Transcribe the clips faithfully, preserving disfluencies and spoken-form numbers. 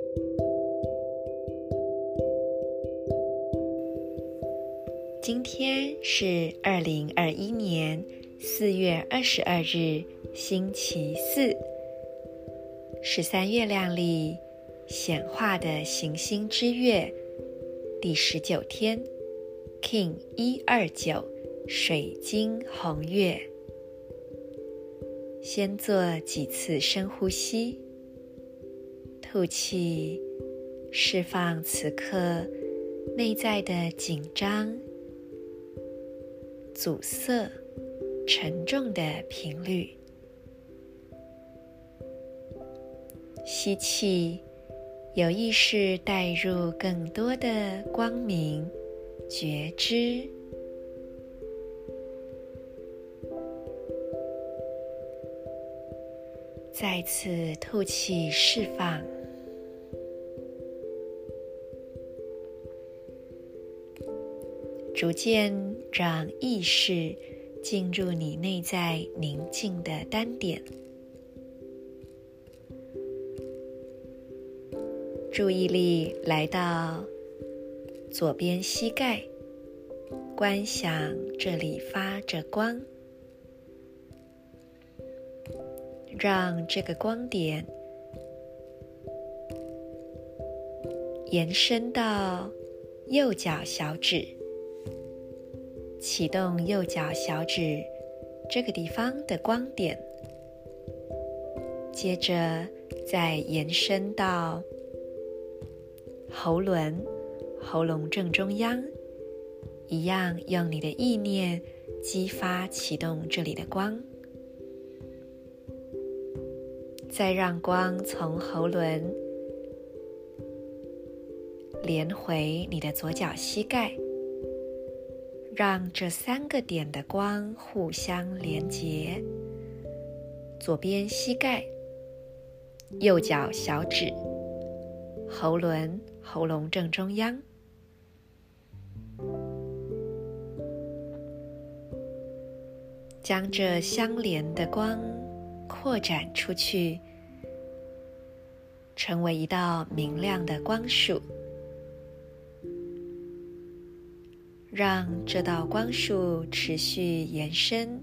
今天是二零二一年四月二十二日，星期四，十三月亮里显化的行星之月第十九天 King 一二九水晶红月。先做几次深呼吸，吐气，释放此刻内在的紧张、阻塞、沉重的频率。吸气，有意识带入更多的光明、觉知。再次吐气，释放。逐渐让意识进入你内在宁静的单点，注意力来到左边膝盖，观想这里发着光，让这个光点延伸到右脚小指，启动右脚小指这个地方的光点，接着再延伸到喉轮，喉咙正中央，一样用你的意念激发启动这里的光，再让光从喉轮连回你的左脚膝盖，让这三个点的光互相连结。左边膝盖，右脚小指，喉轮，喉咙正中央。将这相连的光扩展出去，成为一道明亮的光束，让这道光束持续延伸，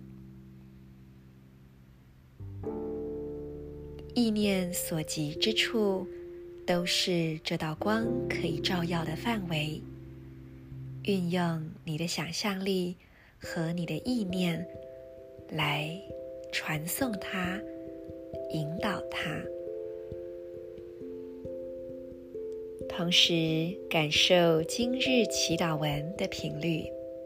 意念所及之处都是这道光可以照耀的范围。运用你的想象力和你的意念来传送它，引导它，同时感受今日祈祷文的频率。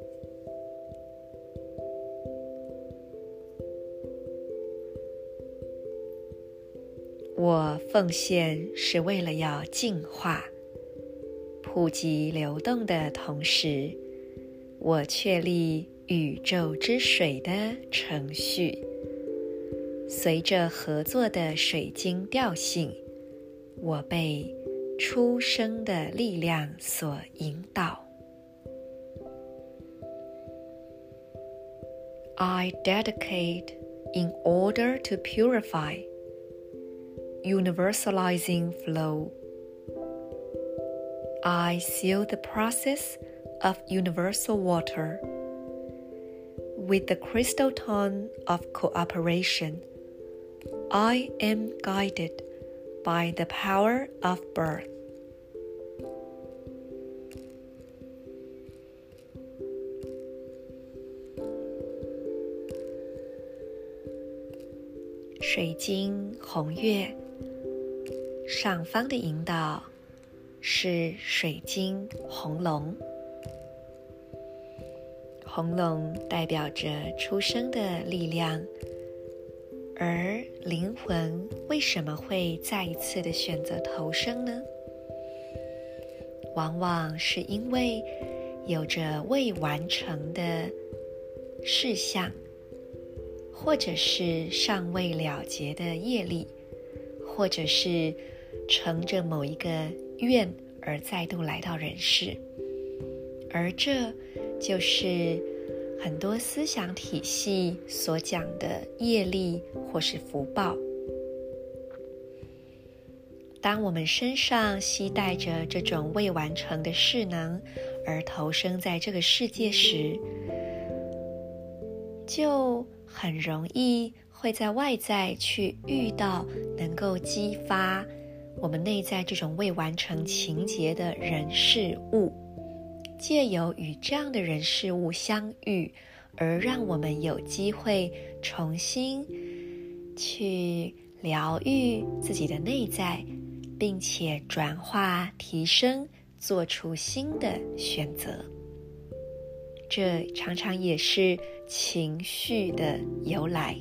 我奉献是为了要净化、普及流动的同时，我确立宇宙之水的程序。随着合作的水晶调性，我被出生的力量所引导。I dedicate in order to purify, universalizing flow. I seal the process of universal water with the crystal tone of cooperation. I am guided by the power of birth. 水晶红月上方的引导是水晶红龙，红龙代表着出生的力量，而灵魂为什么会再一次的选择投生呢？往往是因为有着未完成的事项，或者是尚未了结的业力，或者是乘着某一个愿而再度来到人世，而这就是很多思想体系所讲的业力或是福报。 当我们身上携带着这种未完成的势能而投生在这个世界时，就很容易会在外在去遇到能够激发我们内在这种未完成情节的人事物，借由与这样的人事物相遇，而让我们有机会重新去疗愈自己的内在，并且转化提升，做出新的选择。这常常也是情绪的由来。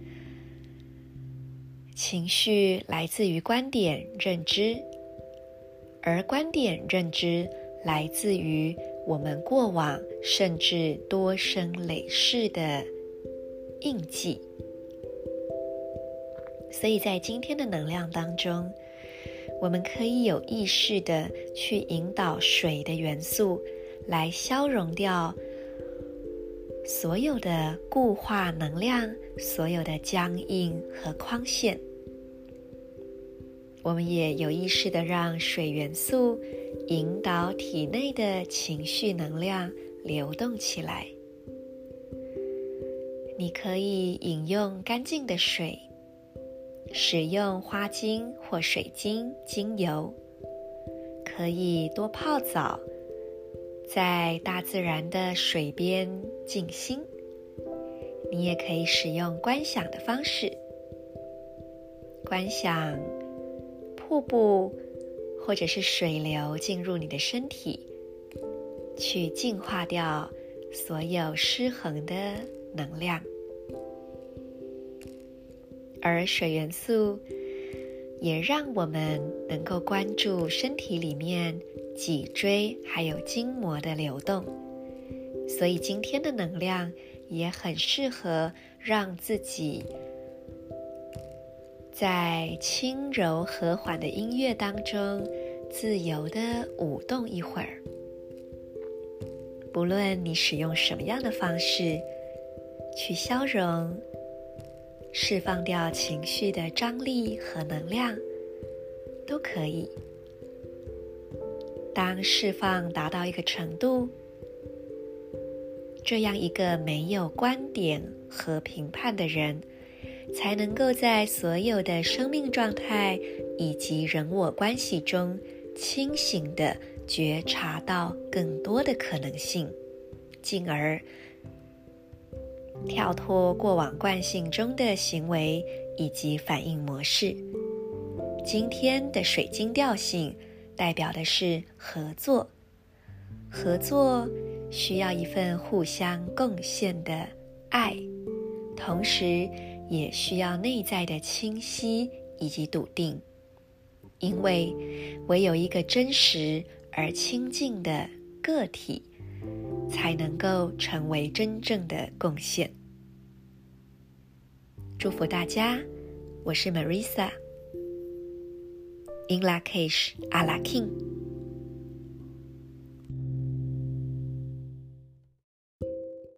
情绪来自于观点认知，而观点认知来自于我们过往甚至多生累世的印记。所以在今天的能量当中，我们可以有意识的去引导水的元素来消融掉所有的固化能量，所有的僵硬和框限。我们也有意识的让水元素引导体内的情绪能量流动起来。你可以饮用干净的水，使用花精或水晶精油，可以多泡澡，在大自然的水边静心。你也可以使用观想的方式，观想瀑布或者是水流进入你的身体，去净化掉所有失衡的能量。而水元素也让我们能够关注身体里面脊椎还有筋膜的流动，所以今天的能量也很适合让自己在轻柔和缓的音乐当中自由地舞动一会儿。不论你使用什么样的方式去消融释放掉情绪的张力和能量都可以。当释放达到一个程度，这样一个没有观点和评判的人，才能够在所有的生命状态以及人我关系中清醒地觉察到更多的可能性，进而跳脱过往惯性中的行为以及反应模式。今天的水晶调性代表的是合作，合作需要一份互相贡献的爱，同时也需要内在的清晰以及笃定，因为唯有一个真实而清净的个体才能够成为真正的贡献。祝福大家，我是 Marisa In Lak'ech Ala K'in。